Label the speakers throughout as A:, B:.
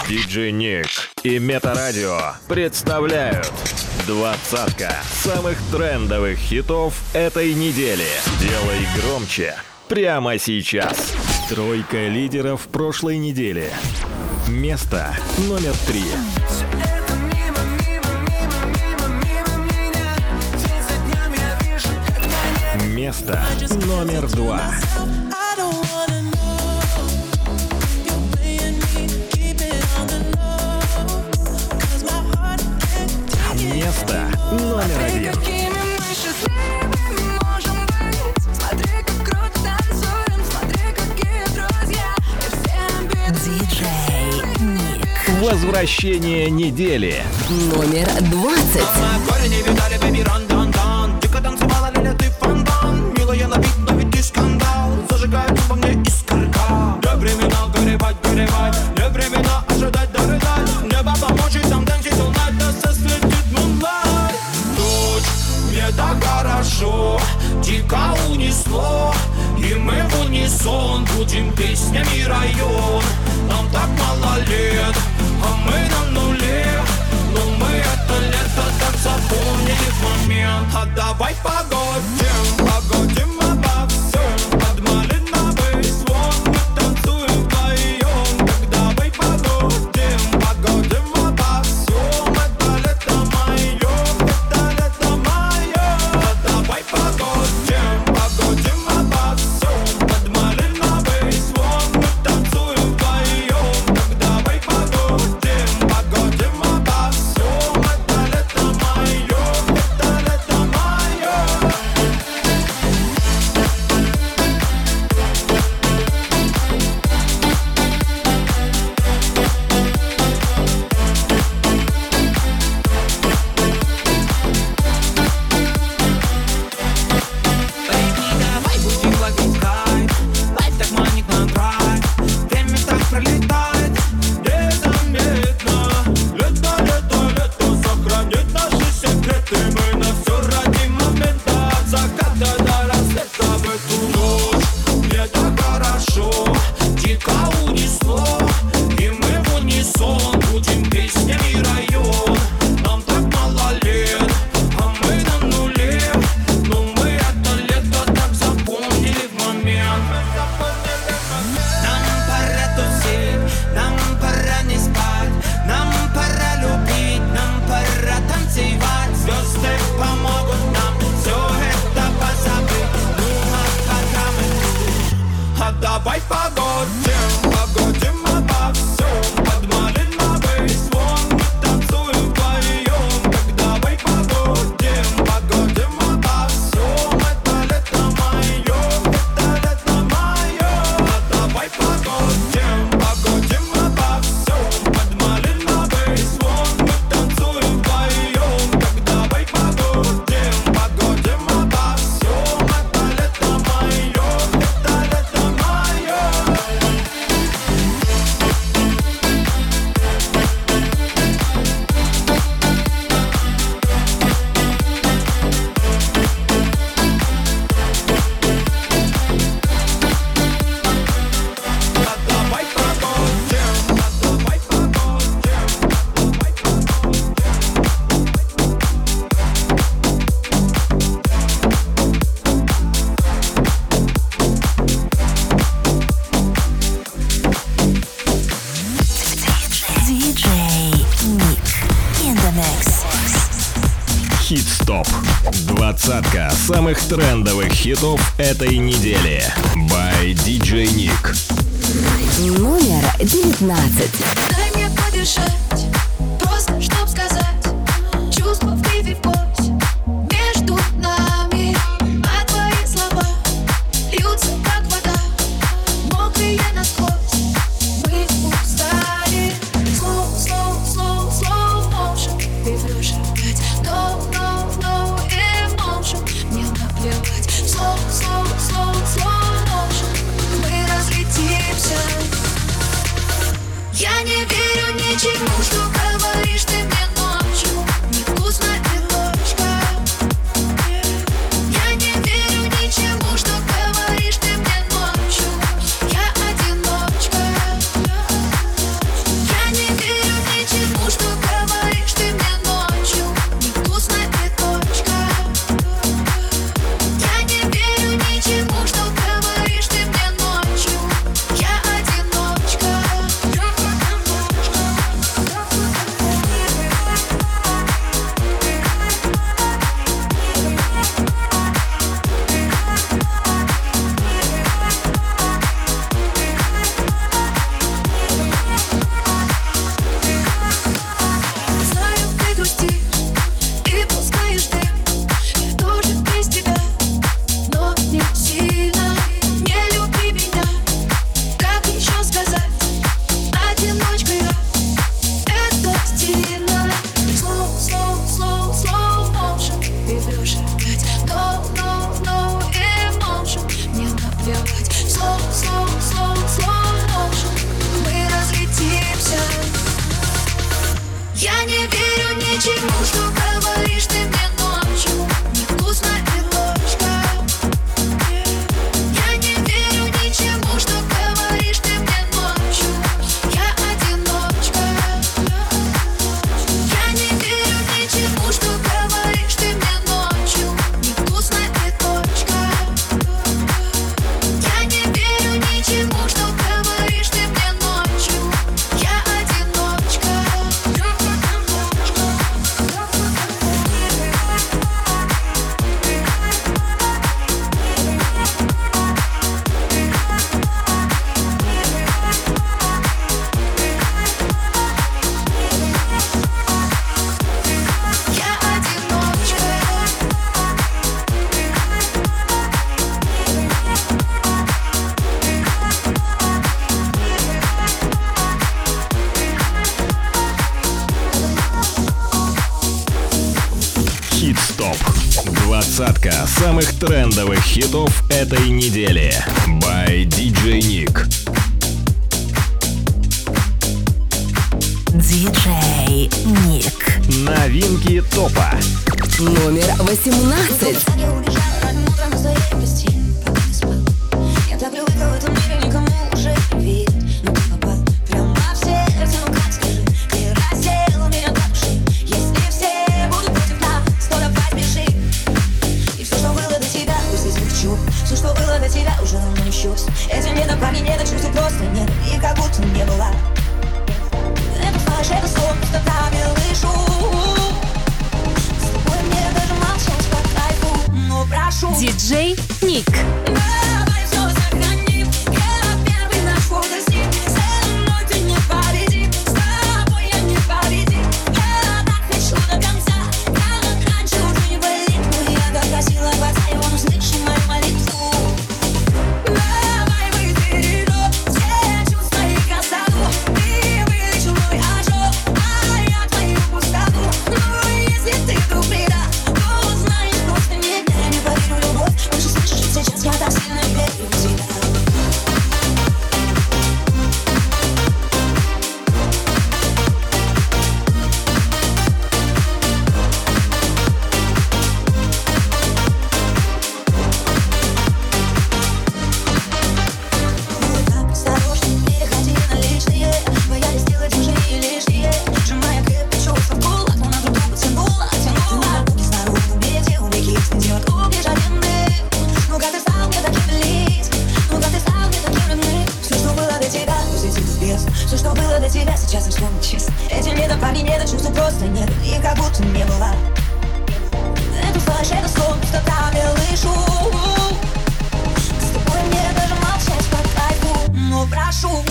A: Диджей Ник и Метарадио представляют двадцатка самых трендовых хитов этой недели. Делай громче прямо сейчас. Тройка лидеров прошлой недели. Место номер 3. Место номер 2. Место номер 1.
B: Диджей Ник.
A: Возвращение недели.
B: Номер 20.
C: Дико унесло, и мы в унисон будем песнями район. Нам так мало лет, а мы на нуле. Но мы это лето так запомнили в момент. А давай погодим, погодим обо всем. Под малиновый звон мы танцуем вдвоем. Так давай погодим, погодим обо всем. Это лето мое, это лето мое. А давай погодим, погодим обо всем. Под малиновый звон мы танцуем вдвоем. Так давай погодим, погодим обо всем. Это лето мое, это лето мое. Давай будем ловить кайф, лайф так манит на драйв. Время так пролетает незаметно. Лето, лето, лето сохранит наши секреты. Мы на все ради момента, от заката до рассвета. В эту ночь мне так хорошо, дико унесло, и мы в унисон будем песнями район. Нам так мало лет, а мы на нуле. Но мы это лето так запомнили в момент. Нам пора тусить, нам пора не спать, нам пора любить, нам пора танцевать. Звезды помогут нам все это позабыть. Ну а пока мы тут, а давай погодим, погодим обо всем. Под малиновый звон мы танцуем вдвоем. Так давай погодим, погодим обо всем. Это лето мое, это лето мое. А давай погодим, погодим обо всем. Под малиновый звон мы танцуем вдвоем. Так давай погодим, погодим обо всем. Это лето мое, это лето мое. А давай погодим, а давай погодим, давай погодим.
B: Диджей Ник. In the mix.
A: Хит-стоп. Двадцатка самых трендовых хитов этой недели. By DJ Ник.
B: Номер 19.
D: Дай мне подышать, просто чтоб сказать. Чувства в кривь и в кость между нами. А твои слова льются, как вода, мокрые насквозь. Мы устали. Slow motion. Ты врешь опять. No emotion. Мне наплевать. Slow motion. Мы разлетимся. Я не верю ничему, что говоришь ты мне ночью. Невкусно и ложка. Я не верю ничему, что говоришь ты мне ночью. Я одиночка. Я не верю.
A: Двадцатка самых трендовых хитов этой недели. By DJ Nick.
B: DJ Nick.
A: Новинки топа.
B: Номер 18.
D: Я убежала ранним утром из твоей постели, пока ты спал. Я так привыкла в этом мире, никому уже не верить. Но ты попал прямо в сердце, ну как скажи, ты раздел меня до души. Если все будут против нас, то давай спеши. И все, что было до тебя, пусть измягчу. Все, что было до тебя, уже давно не в счет. Этим летом парни не до чувств, просто нет. И как будто не была. Это фальшь, это сон, просто правильный шум.
B: DJ Nick.
D: Давай все сохраним. Я первый наш фотосник. Со мной ты не победим. С тобой я не победим. Я так хочу до конца. Как раньше уже не болит. Но я так красила глаза, и он услышит мою молитву. Давай вытри рот, все чувства и красоту. Ты вылечил мой ожог, а я твою пустоту. Ну если ты вдруг предашь, то знаешь, просто нет. Я не поверю в любовь, больше слышишь, сейчас я так сильно верю в тебя. Осторожно, переходи на лишнее. Боялись сделать движения лишние. Сжимая крепко чувства в кулак, но на друг друга тянула. Руки снаружи, убейте, убеги, снедет убежать длинны. Ну как ты стал мне таким близким? Ну как ты стал мне таким родным? Все, что было до тебя, пусть летит в бездну. Все, что было до тебя, сейчас я вспомню честно. Этим летом парни не до чувств, просто нет. И как будто не была. Это фальшь, это сон, просто правильный шум. С тобой мне даже молчать по кайфу. Но прошу,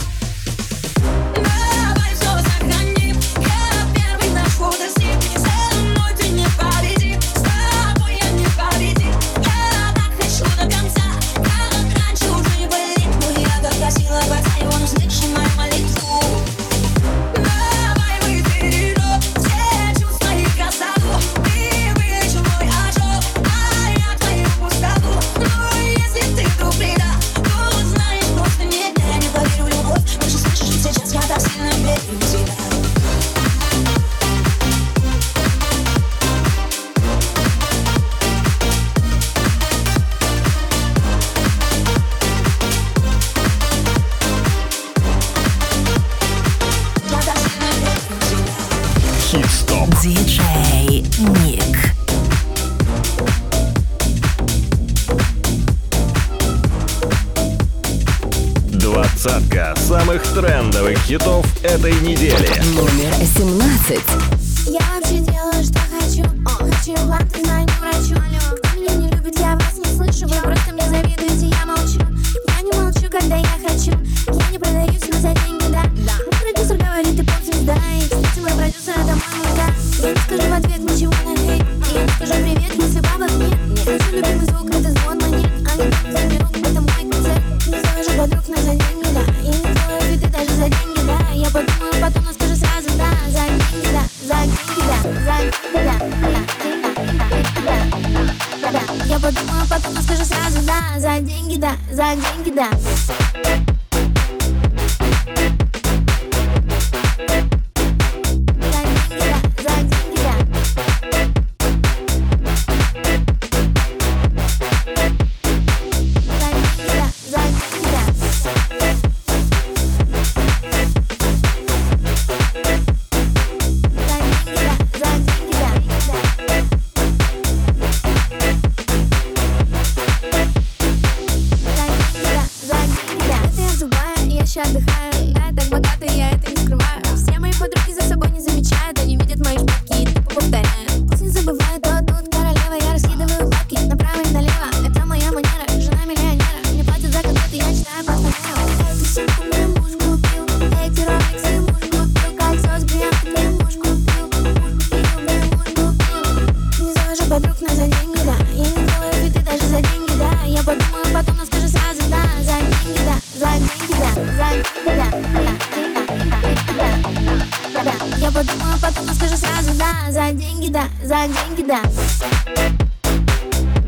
D: давай все сохраним. Я первый наш фотосник. Со мной ты не победим. С тобой я не победим. Я так хочу до конца. Как раньше уже не болит. Но я так красила глаза, и он услышит мою молитву. Давай вытри рот, все чувства и красоту. Ты вылечил мой ожог, а я твою пустоту. Ну если ты вдруг предашь, то знаешь, просто нет. Я не поверю в любовь, больше слышишь, сейчас я так сильно верю в тебя. Я так сильно верю в тебя.
A: Хит-стоп.
B: DJ Nick.
A: Двадцатка самых трендовых хитов этой недели.
B: Номер 17.
D: Я вообще делаю, что хочу. Хочу вам, ты знаю, не врачу. Кто меня не любит, я вас не слышу. Вы просто мне завидуете, я молчу. Я не молчу, когда я хочу. Я не продаюсь, но за деньги, да. Мой продюсер говорит, ты поп-звезда. И, кстати, мой продюсер, это мой мужа. Я не скажу в ответ ничего на хейт. И я не скажу привет, если бабок нет. Нашу любимый звук, это звон монет. А не так за минут, это мой концерт. Не завожу подруг, но за деньги, да. И не делаю виды даже за деньги, да. Я подумаю потом, но скажу сразу, да. За деньги, да. За деньги, да. За деньги, да. Я подумаю потом, но скажу сразу, да. За деньги, да. За деньги, да. Отдыхаю, я так богата, я это не скрываю. Все мои подруги за собой не замечают. Они видят мои шмотки и тупо повторяют. Пусть не забывают, то тут королева. Я раскидываю бабки направо и налево. Это моя манера, жена миллионера. Мне платят за концерты, я читаю по фанеру. Эту сумку мне муж купил, эти роликсы муж купил. Кольцо с бриллиантом мне муж купил. Мне муж купил. Не завожу подруг, но за деньги, да. И не делаю виды даже за деньги, да. Я подумаю потом, но скажу сразу, да. За деньги, да. За деньги, да. За деньги, да. Я подумаю потом, но скажу сразу, да. За деньги, да. За деньги, да.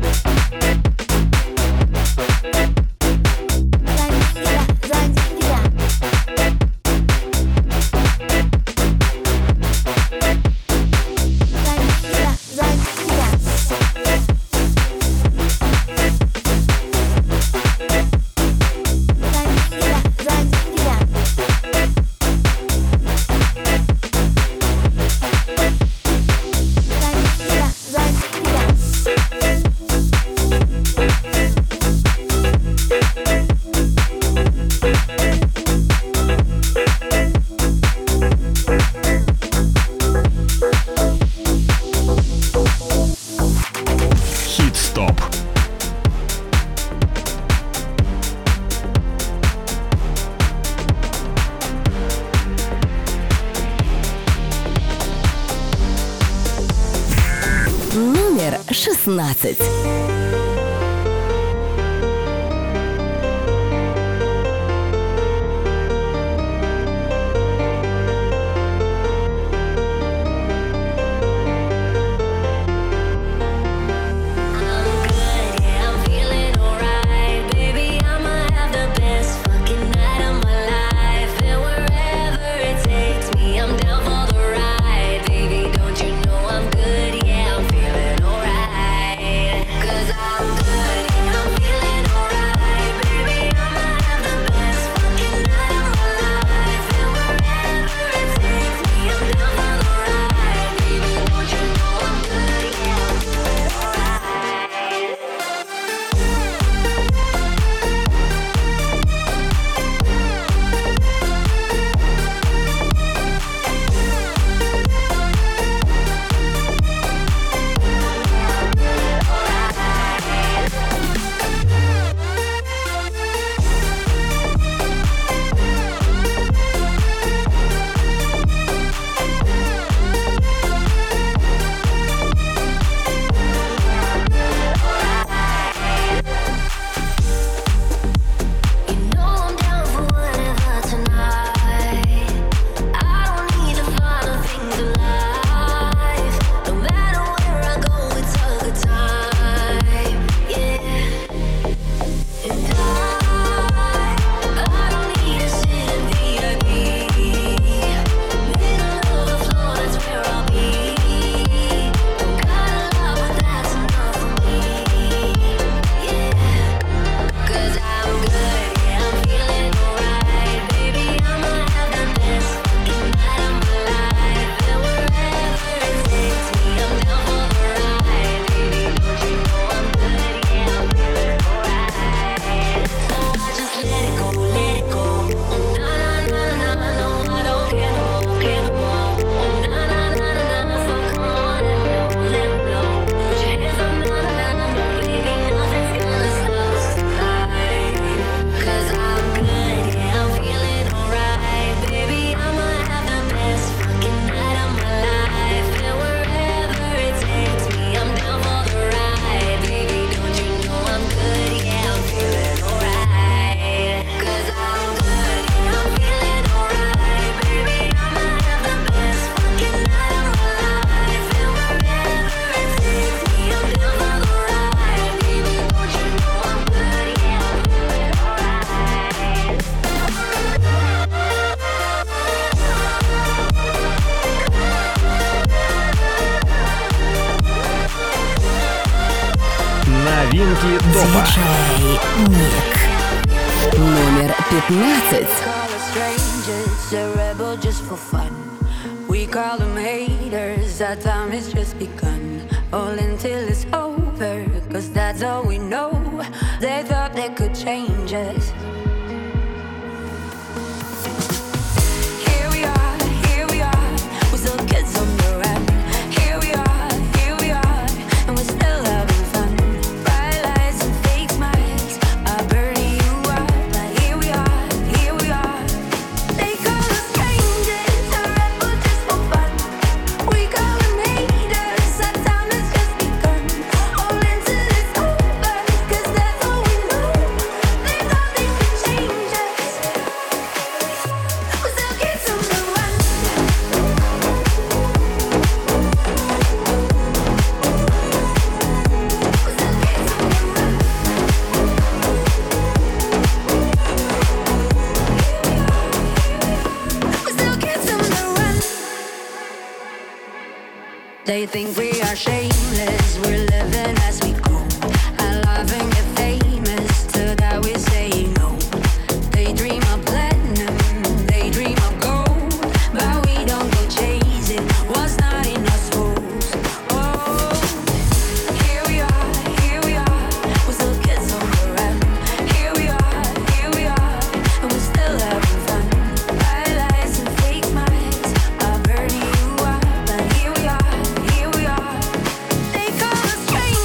B: 16.
A: Новинки ДОПа.
B: Диджей Ник. Номер 15.
E: We call them haters, our time has just begun. All until it's over, cause that's all we know. They thought they could change us. Here we are, we're still kids on the run. Here we are, and we're still having fun. Bright lights and fake smiles are burning you up. But here we are. They call us strangers, a rebel just for fun. We call them haters, our time has just begun. All until it's over, cause that's all we know. They thought they could change us. We're still kids on the run. They think we are shameless, we're living as we go. I love and get famous, to that we say no. They dream of platinum, they dream of gold, but we don't go chasing what's not in our souls. Oh, here we are, we're still kids on the run. Here we are, and we're still having fun. Bright lights and fake smiles are burning you up, but here we are. They call us strangers.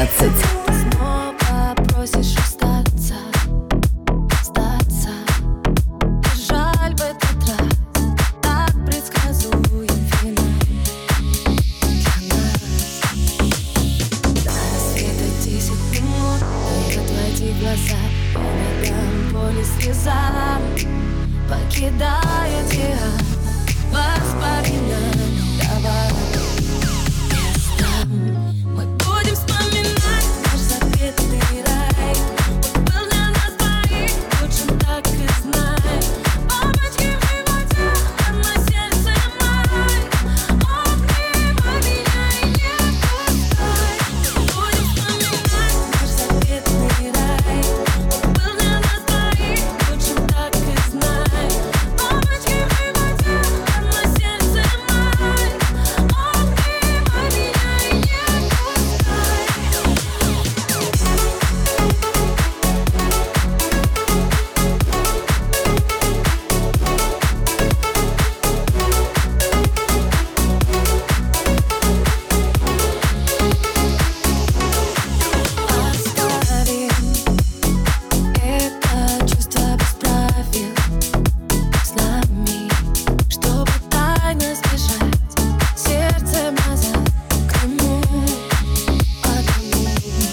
B: 15.
E: Снова просишь остаться, остаться. Жаль в этот раз, так предсказуем финал для нас. До рассвета 10 минут, не отводи глаза, я на поле слезам, покидая тебя, воспоминания. Давай мы будем вспоминать наш заветный рай. Он был для нас двоих, лучше так и знай. Бабочки в животе, одно сердце май. Обнимай меня и не отпускай. Будем вспоминать наш заветный рай. Он был для нас двоих, лучше так и знай. Бабочки в животе, одно сердце май. Обнимай меня и не отпускай. Оставим это чувство без правил с нами, чтобы тайно сбежать сердцем назад к нему одному.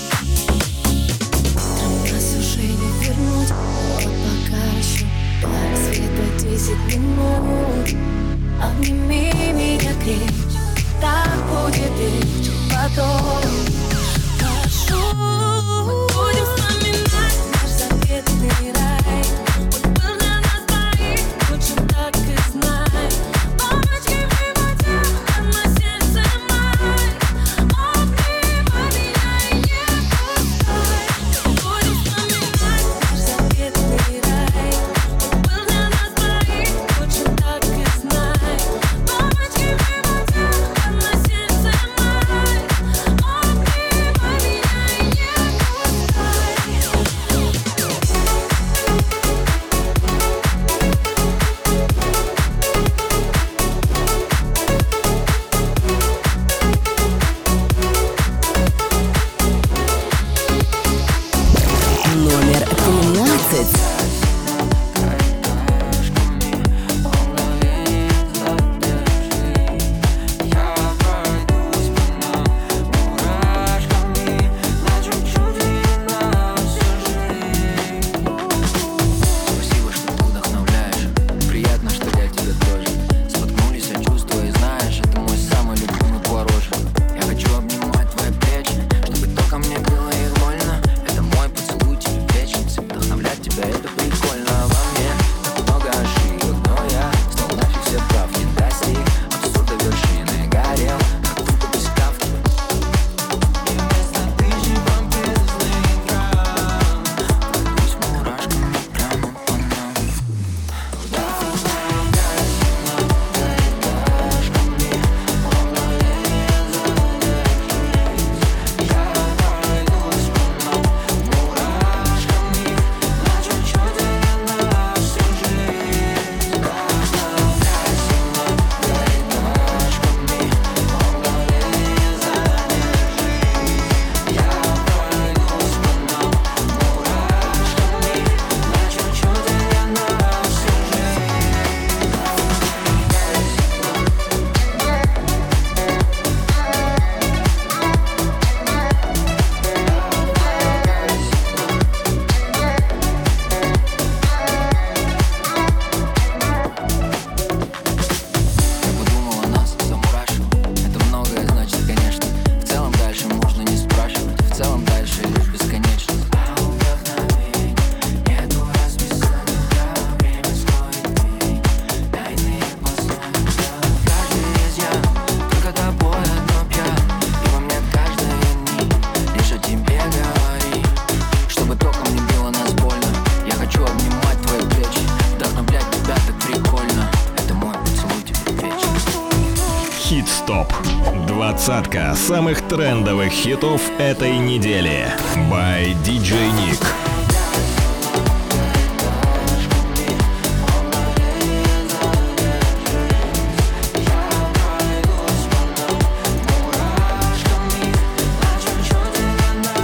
E: Утром нас уже не вернуть, вот пока еще до рассвета 10 минут. Обними меня крепче, так будет легче потом. Прошу, мы будем вспоминать наш заветный рай. Он был для нас двоих, лучше так и знай. Бабочки в животе, одно сердце май. Обнимай меня и не отпускай. Будем вспоминать наш заветный рай. Он был для нас двоих, лучше так и знай. Бабочки в животе, одно сердце май. Обнимай меня и не
B: Номер 13.
F: Спасибо, что ты вдохновляешь. Приятно, что я тебя тоже. Споткнулись от чувства и знаешь, это мой самый любимый творожек. Я хочу обнимать твои плечи, чтобы только мне было их больно. Это мой поцелуй тебе вечницы. Вдохновлять тебя это прикольно. Во мне так много ошибок, но я стал нафиг все прав. Не достиг абсурда вершины. Горел, как трубка без кавки. И вместо тысячи бомбезных грамм пройдусь мурашками прямо по нам. Я подумал о нас, замурашил. Это многое значит, конечно. В целом дальше можно не спрашивать. В целом дальше лишь бесконечность. А у вдохновений нету расписания. Время стоит дней, тайные послания. Каждый изъян, только тобой одно пьян. И во мне каждая нить лишь о тебе говорит. Чтобы током не било нас больно. Я хочу обнимать твои плечи, вдохновлять тебя так прикольно. Это мой поцелуй тебе вечность.
A: Хит-стоп. Двадцатка самых трендовых хитов этой недели. By DJ Nick.
F: Мурашками, на чуть-чуть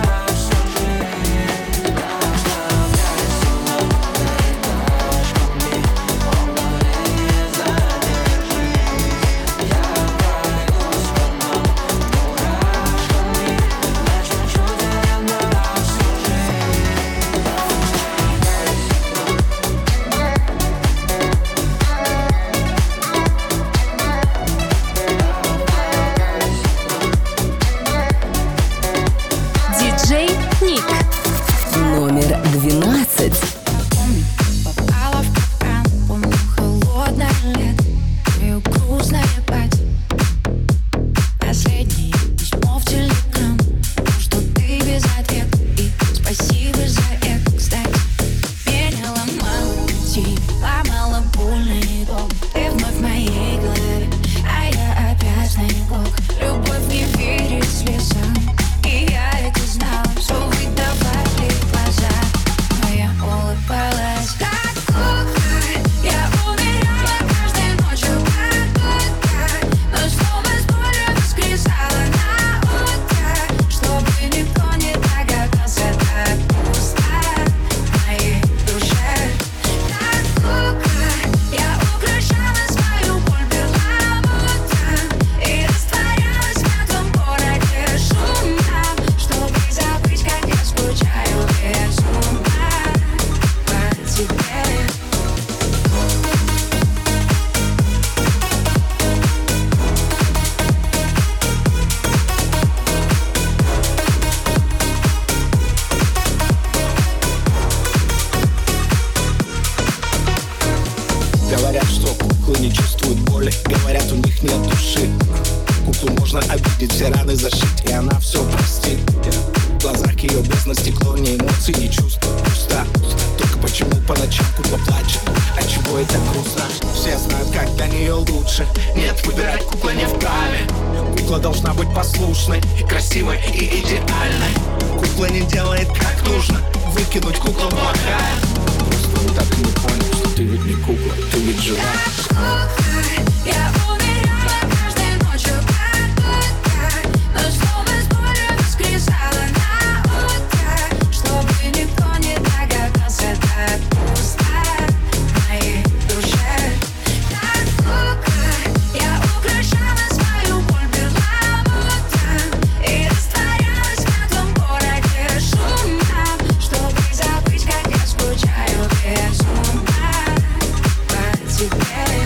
G: Говорят, что куклы не чувствуют боли, говорят, у них нет души. Куклу можно обидеть, все раны зашить, и она все простит. В глазах ее бездна стекло, ни эмоций, ни чувств, пусто. Только почему по ночам кукла плачет, отчего это грустно? Все знают, как для нее лучше. Нет, выбирать кукла не вправе. Кукла должна быть послушной, красивой и идеальной. Кукла не делает как нужно, выкинуть кукла плохая. Просто так и не понял, что ты ведь не кукла, ты ведь жива.
D: Я умирала каждой ночью как но снова с болью воскресала на утро, чтобы никто не догадался, так пусто в моей душе. Как кукла я украшала свою боль перламутром и растворялась в мертвом городе шумном, чтобы забыть, как я скучаю безумно по тебе.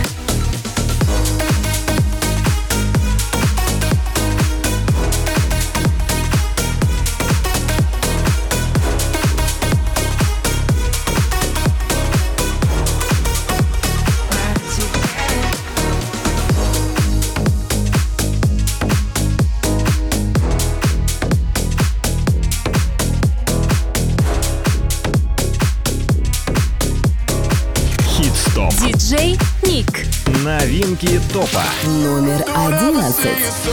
A: Хит-стоп.
B: Диджей Ник.
A: Новинки топа.
B: Номер 11.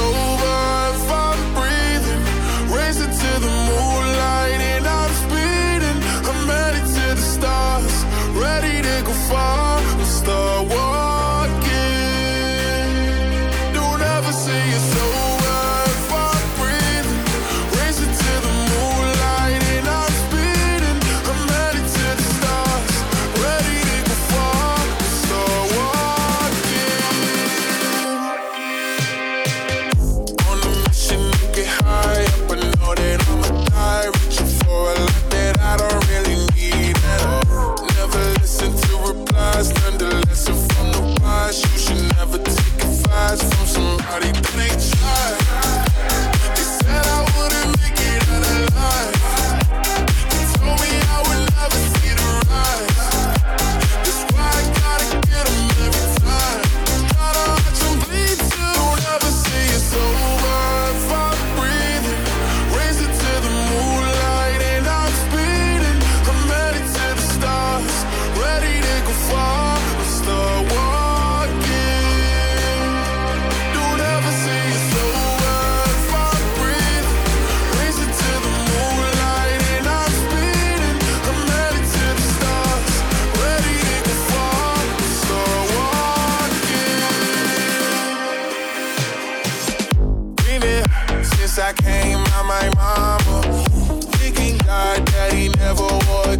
H: I came out my mama, thinking God that he never would.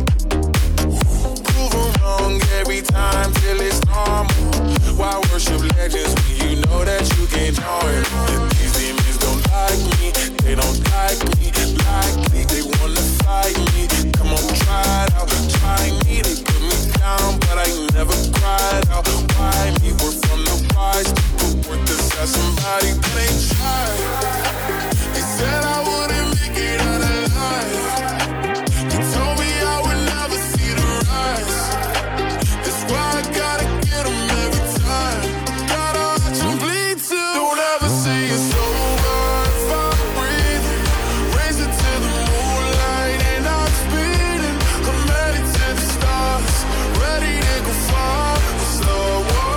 H: Prove him wrong every time till it's normal. Why worship legends when you know that you can't join? These demons don't like me, they don't like me. Likely they wanna fight me. Come on, try it out, try me. They put me down, but I never cried out. Why me? We're from the wise people, worth to have somebody that ain't tried. Said I wouldn't make it out alive. You told me I would never see the rise. That's why I gotta get them every time. Gotta watch them bleed too. Don't ever say it's over if I'm breathing. Raise it to the moonlight and I'm speeding. I'm headed to the stars, ready to go far. Slow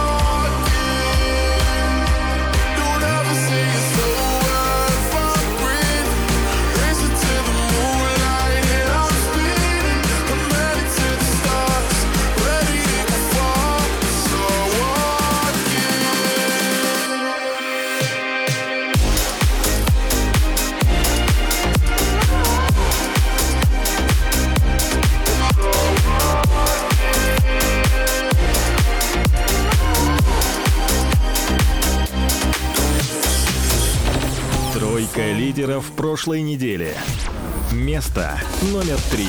H: walking. Don't ever say it's over.
A: Тройка лидеров прошлой недели. Место номер 3.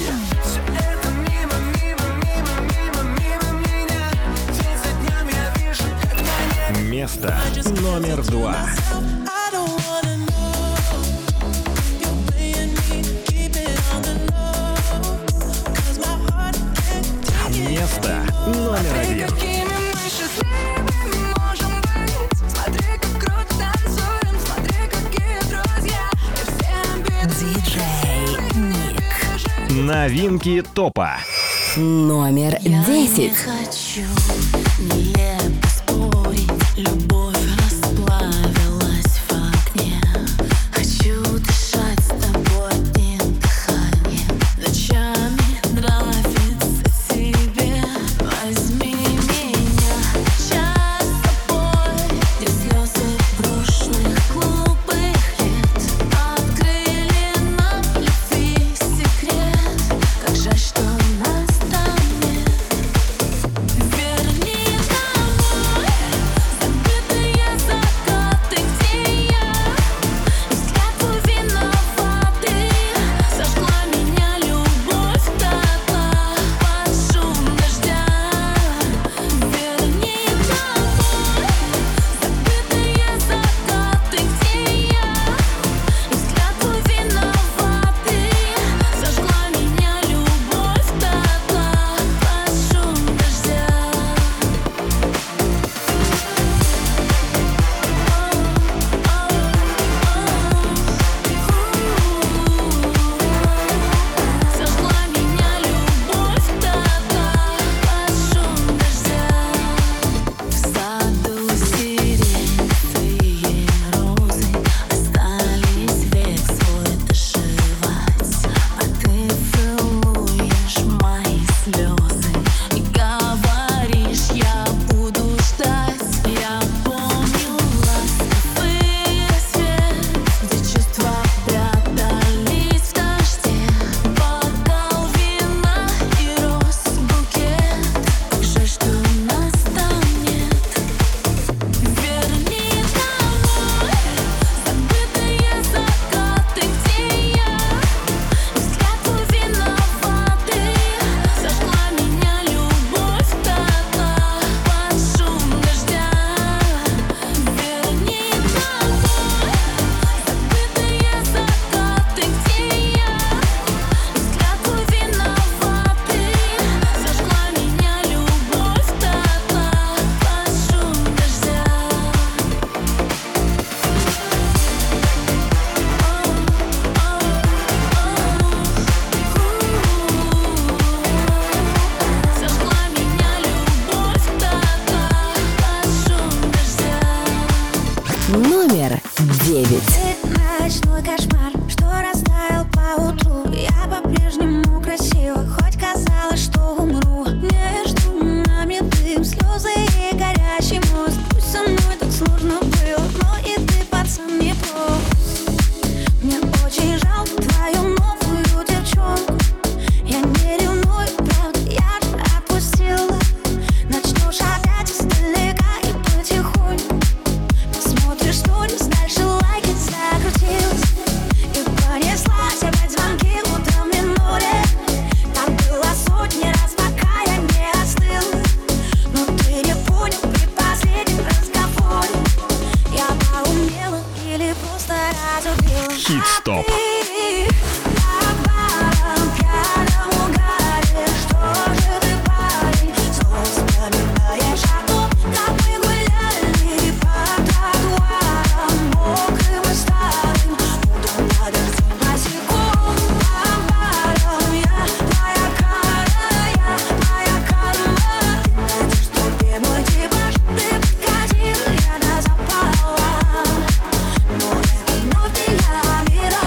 A: Место номер 2. Место номер 1. Новинки топа.
B: Номер 10.
D: Хочу нелепо спорить, любовь расплавилась в огне. Хочу дышать с тобой одним дыханием, ночами нравится тебе. Возьми меня сейчас с собой, где слезы прошлых глупых лет открыли нам любви секрет. Как жаль, что нас там нет. Верни домой забытые закаты, где я из клятвы виноваты. Сожгла меня любовь дотла под шум дождя. Верни домой забытые закаты, где я из клятвы виноваты. Сожгла меня любовь дотла под шум дождя. Сожгла меня любовь дотла под шум дождя. В саду сиреневые розы остались век свой доживать, а ты целуешь мои слезы и говоришь: я буду ждать. Я помню ласковый рассвет, где чувства прятались в дожде. Бокал вина и роз букет. Как жаль, что нас там нет. Верни домой забытые закаты, где я из клятвы виноваты. Сожгла меня любовь дотла под шум дождя. Верни домой забытые закаты, где я из клятвы виноваты. Сожгла меня любовь дотла под шум дождя. Сожгла меня любовь дотла под шум дождя.
B: Номер 9.
D: Ты ночной кошмар, что растаял поутру. Я по-прежнему красива, хоть казалось, что умру. Между нами дым, слезы и горящий мост. Пусть со мной так сложно было, но и ты, пацан, не прост. Мне очень жалко твою новую девчонку. Я не ревную, правда, я же отпустила. Начнешь опять издалека и потихоньку посмотришь сторис, дальше лайки закрутилась и понеслась опять звонки утром в минуре. Так было сотни раз, пока я не остыла. Но ты не понял при последнем разговоре. Я поумнела или просто разубила.
A: Хит-стоп.
D: А ты на барном пьяном угаре. Что же ты, парень, снова вспоминаешь о том, как мы гуляли по тротуарам мокрым и старым. Утром под этим босиком по барам. Я твоя кара, я твоя карма. Ты найдешь себе мой типаж. Ты подходил, я на запала. Но это вновь не я, мира.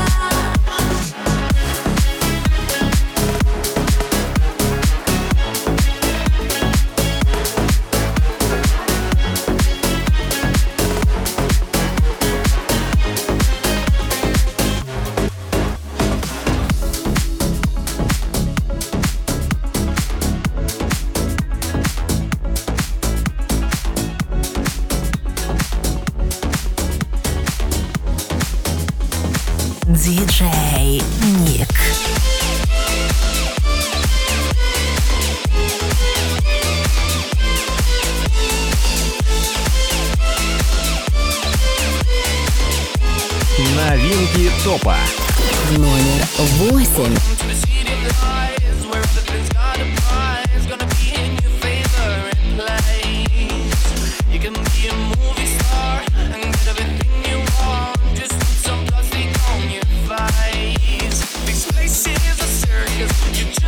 B: Диджей Ник.
A: Новинки топа.
B: Номер 8.
C: These places are circus. You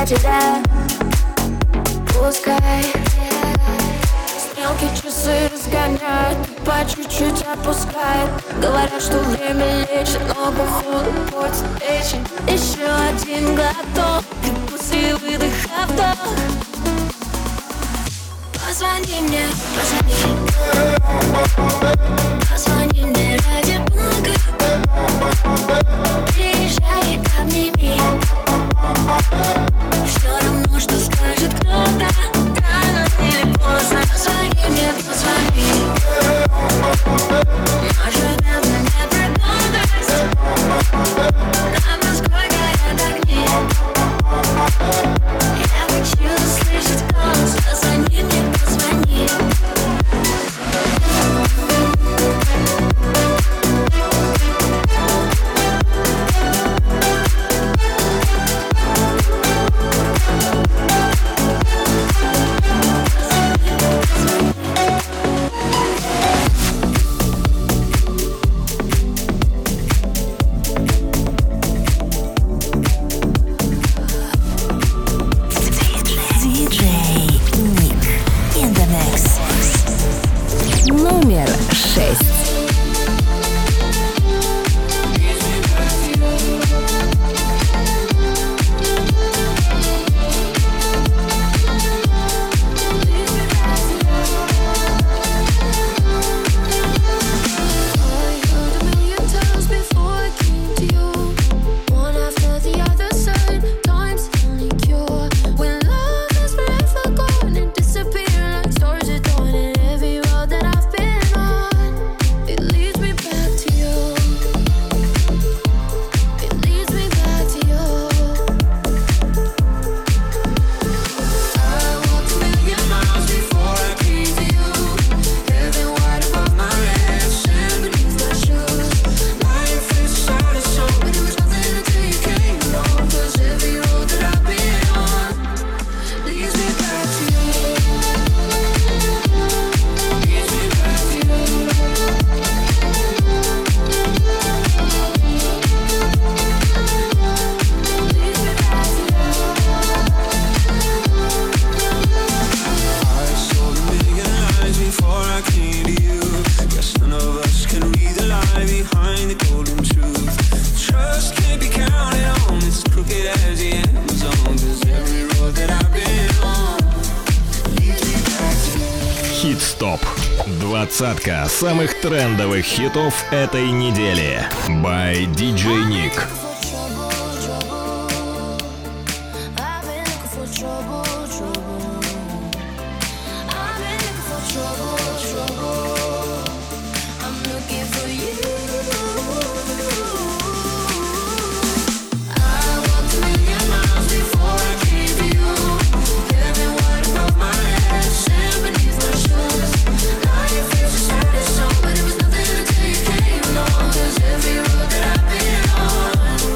E: для тебя. Пускай стрелки часы разгоняют, по чуть-чуть отпускает. Говорят, что время лечит, но походу портит печень. Еще один глоток, и после выдоха вдох. Позвони мне, позвони мне ради бога. Приезжай, обними. Все равно, что скажет кто-то, рано или поздно. Позвони мне, позвони. Может, это не трудность. Нам насколько горят огни. Я хочу услышать голос. Позвони мне, позвони.
B: Номер 6.
A: Хит-стоп. Двадцатка самых трендовых хитов этой недели. By DJ Nick.
E: Every road that I've been on,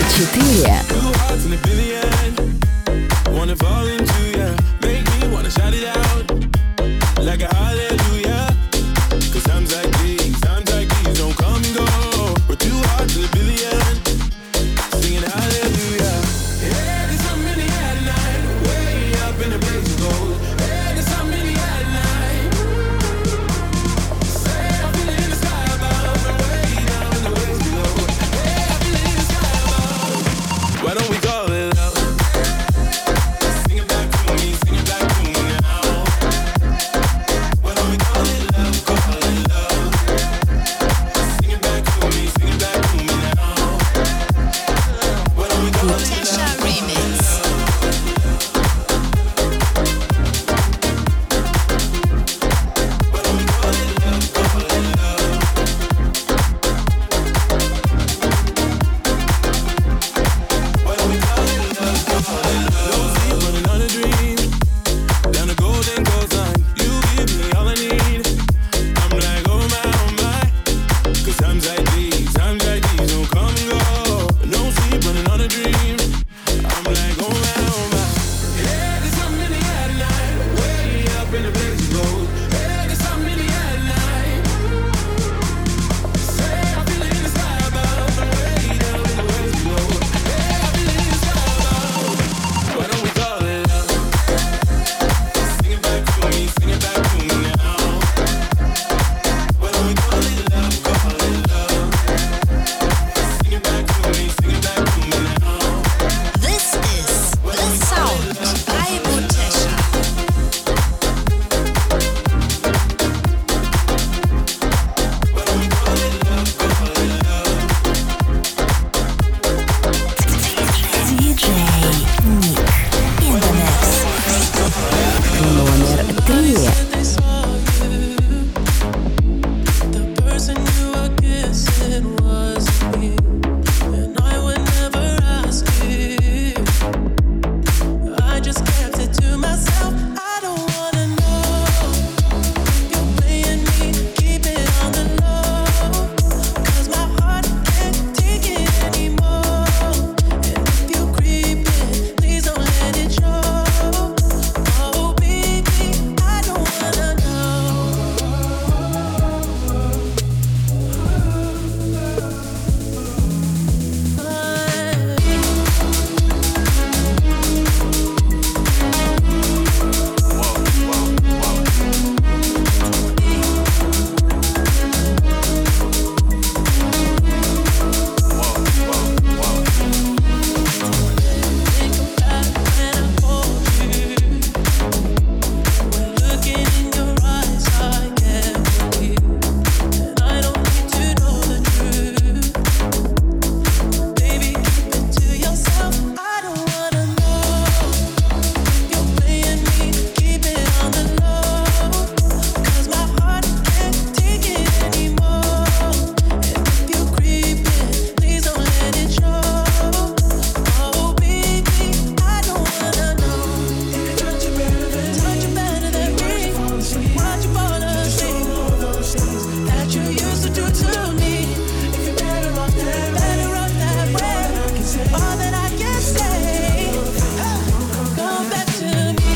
B: 4.
C: Two hearts in a billion. Wanna fall into ya. Make me wanna shout it out like a hallelujah. Cause times like these don't come and go. We're two hearts in a billion, singing hallelujah. Yeah, there's something in the air tonight, way up in the place of gold. Yeah, there's something in the air tonight. Say I feel it in the sky above, and way down in the waves below. Yeah, I feel it in the sky above. Why don't we call it love? Sing it back to me now. Why don't we call it love? Call it love. Sing it back to me now. Why don't we call it
D: Tesha Remix.
C: Why don't we call it love? Call it love. Why don't we call it love? Call it love. Don't sleep running on a dream. Down the golden coastline, you give me all I need. I'm like, oh my. Cause times like these don't come and go. No sleep running on a dream. I'm like, oh my. Yeah, there's something in the air tonight, way up in the place of gold. Yeah, there's something in the air tonight. Say I feel it in the sky above, and way down in the waves below. Yeah, I feel it in the sky above. Why don't we call it love? Sing it back to me now. Why don't we call it love? Call it love. Sing it back to me now.
D: This is The Sound by Butesha.
C: Why don't we call it love? Call it love.
B: DJ Nick in the mix. Номер 3.
C: They saw you. The person you were kissing wasn't me, and I would never ask you. I just kept it to myself. I don't wanna know. You're playing me, keep it on the low. Cause my heart can't take it anymore. And if you creep in, please don't let it show. Oh baby, I don't wanna know. Think about it when I hold you. When looking in your eyes, I get with you, and I don't need to know the truth. Baby, keep it to yourself. I don't wanna know. You're playing me, keep it on the low. Cause my heart can't take it anymore. And if you creep in, please don't let it show. Oh baby, I don't wanna know. Touch you better than me. Watch you fall asleep. That you used to do to me. If you're better off that way. All that I can say, come back to me.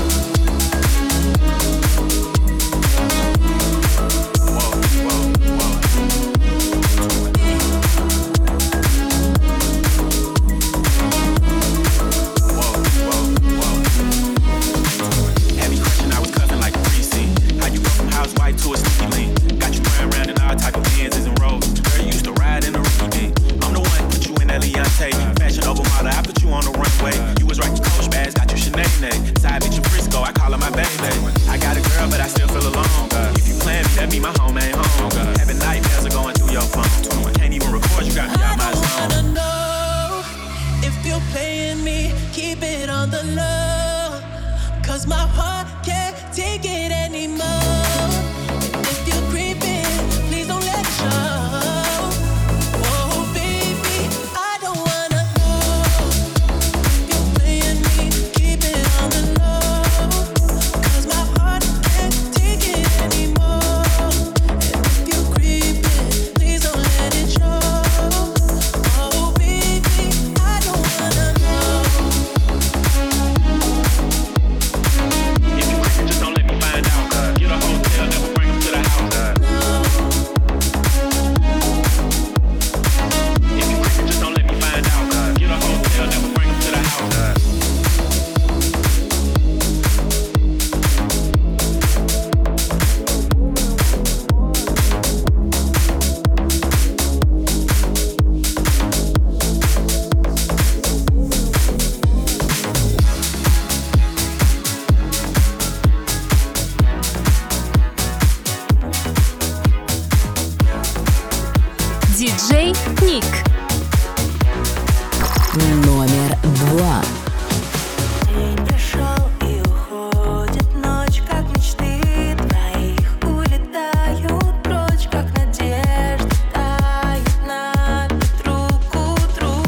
I: Had me crushing, I was cuffing like a precinct. How you go from housewife to a sneaky link? Got you running around in all type of Benzes and Rolls. Girl, you used to ride in a Ricky Dick. I'm the one put you in that Leontay. Fashion over model, I put you on the runway. You was right, Coach bags, got you Sinead. Side bitch in Frisco, I call her my baby. I got a girl, but I still feel alone. If you plan me, that mean my home ain't home. Having nightmares are going through your phone. Can't even record, you got me out my
C: I don't
I: zone.
C: wanna know if you're playing me, keep it on the low. Cause my heart can't take it anymore. And if you creep in, please don't let it show. Oh baby, I don't wanna know. You're playing me, keep it on the low. Cause my heart can't take it anymore. And if you creep in, please don't let it show. Oh baby,
B: номер 2.
E: День пришел и уходит ночь, как мечты твоих улетают прочь, как надежда тает на ветру к утру.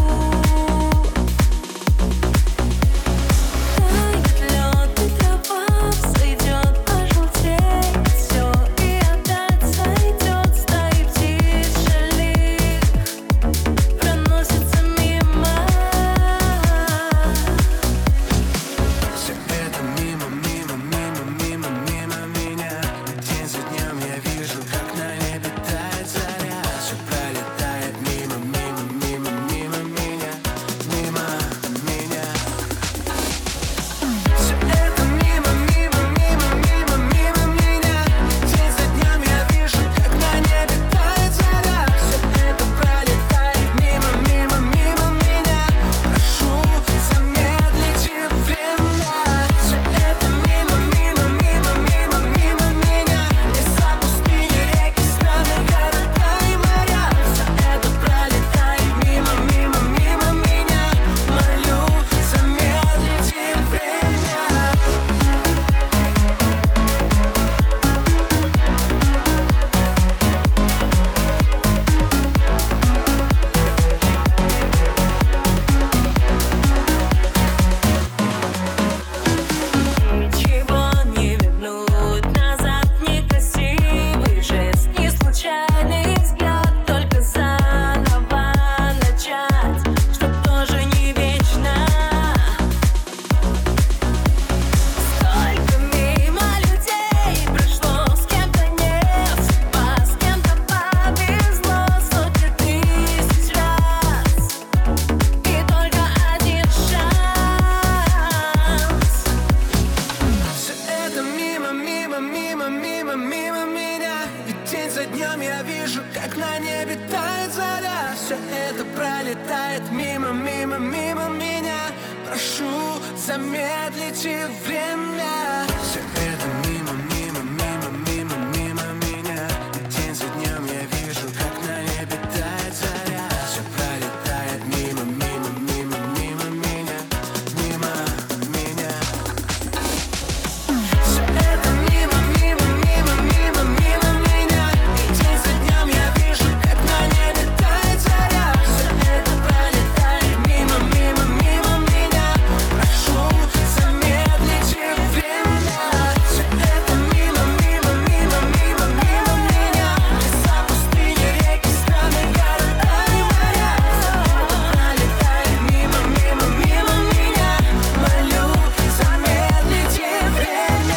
E: Тает лед и трава взойдет, пожелтеет все, и опять сойдет стаи птиц шалик, проносится мимо.
C: Все это мимо, мимо, мимо, мимо, мимо меня. День за днем я вижу, как на небе тает заря. Все пролетает мимо, мимо, мимо, мимо меня, мимо меня. Все это мимо, мимо, мимо, мимо, мимо меня. День за днем я вижу, как на небе тает заря. Все это пролетает мимо, мимо, мимо меня. Прошу, замедлите время. Все это мимо, мимо, мимо, мимо, мимо меня. Леса, пустыни, реки, страны, города и моря. Все это пролетает мимо, мимо, мимо меня. Молю, замедлите время.
E: Ничего не вернуть назад, некрасивый жест, не случайный взгляд, только заново начать, чтоб тоже не вечно. Столько мимо людей прошло, с кем-то нет судьба, с кем-то повезло сотни тысяч раз, и только один шанс.
C: Все это мимо, мимо, мимо, мимо, мимо меня. Ведь день за днем я вижу, как на небе тает заря. Все это пролетает мимо, мимо, мимо меня. Прошу, замедлите время. Все это мимо, мимо, мимо, мимо, мимо меня. Ведь день за днем я вижу, как на небе тает заря. Все пролетает мимо, мимо, мимо, мимо меня, мимо меня. Все это мимо, мимо, мимо, мимо, мимо меня. День за днем я вижу, как на небе тает заря. Все это пролетает мимо, мимо, мимо меня. Прошу, замедлите время. Все это мимо, мимо, мимо, мимо, мимо меня. Леса, пустыни, реки, страны, города и моря. Все это пролетает мимо, мимо, мимо меня. Молю, замедлите время.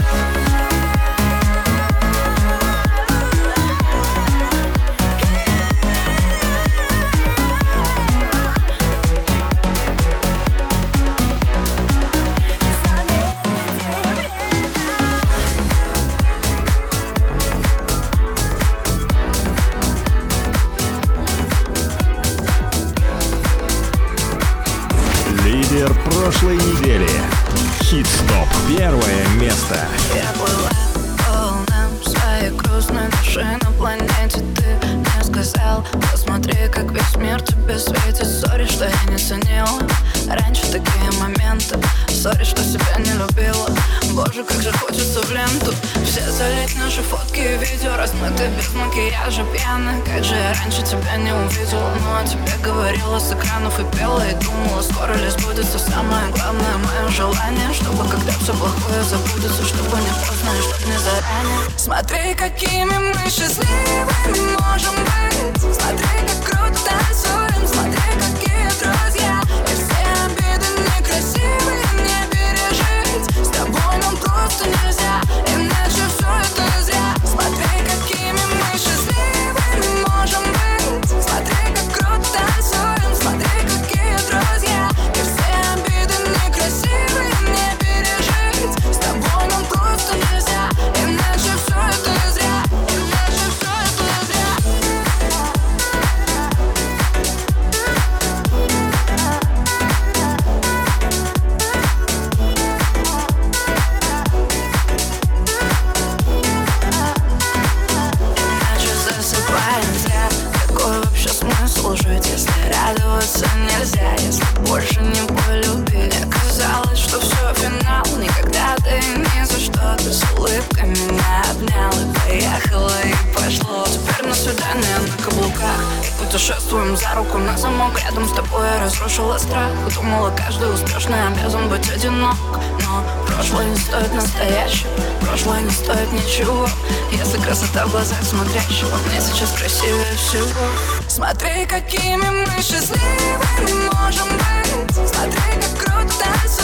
A: Лидер прошлой недели. Хит-стоп. Первое место.
E: Я плыла по волнам своей грустной души на планете. Ты мне сказал, посмотри, как весь мир тебе светит. Сори, что я не ценила раньше такие моменты. Сори, что себя не любила. Боже, как же хочется в ленту все залить наши фотки и видео. Размыты без макияжа, пьяны. Как же я раньше тебя не увидела. Ну, о тебе говорила с экранов и пела. И думала, скоро ли сбудется самое главное мое желание. Чтобы когда все плохое забудется, чтобы не поздно и чтобы не заранее. Смотри, какими мы счастливыми можем быть. Смотри, как круто танцуем. Смотри, какие друзья. И все обиды некрасивые не пережить. С тобой нам просто нельзя, иначе все это зря. Смотри, какими мы счастливыми можем быть. Смотри, как круто танцуем. Смотри, какие друзья. И все обиды некрасивые не пережить. С тобой нам просто нельзя, иначе все это зря. Иначе все это зря. радоваться нельзя, если больше не полюби. Мне казалось, что все финал, никогда ты ни за что. Ты с улыбкой меня обнял и поехало, и пошло. Теперь на свидание на каблуках, путешествуем за руку на замок. Рядом с тобой я разрушила страх. Думала, каждый успешный обязан быть одинок. Но прошлое не стоит настоящего, прошлое не стоит ничего, если красота в глазах смотрящего. Мне сейчас красивее всего. Смотри, какими мы счастливыми можем быть. Смотри, как круто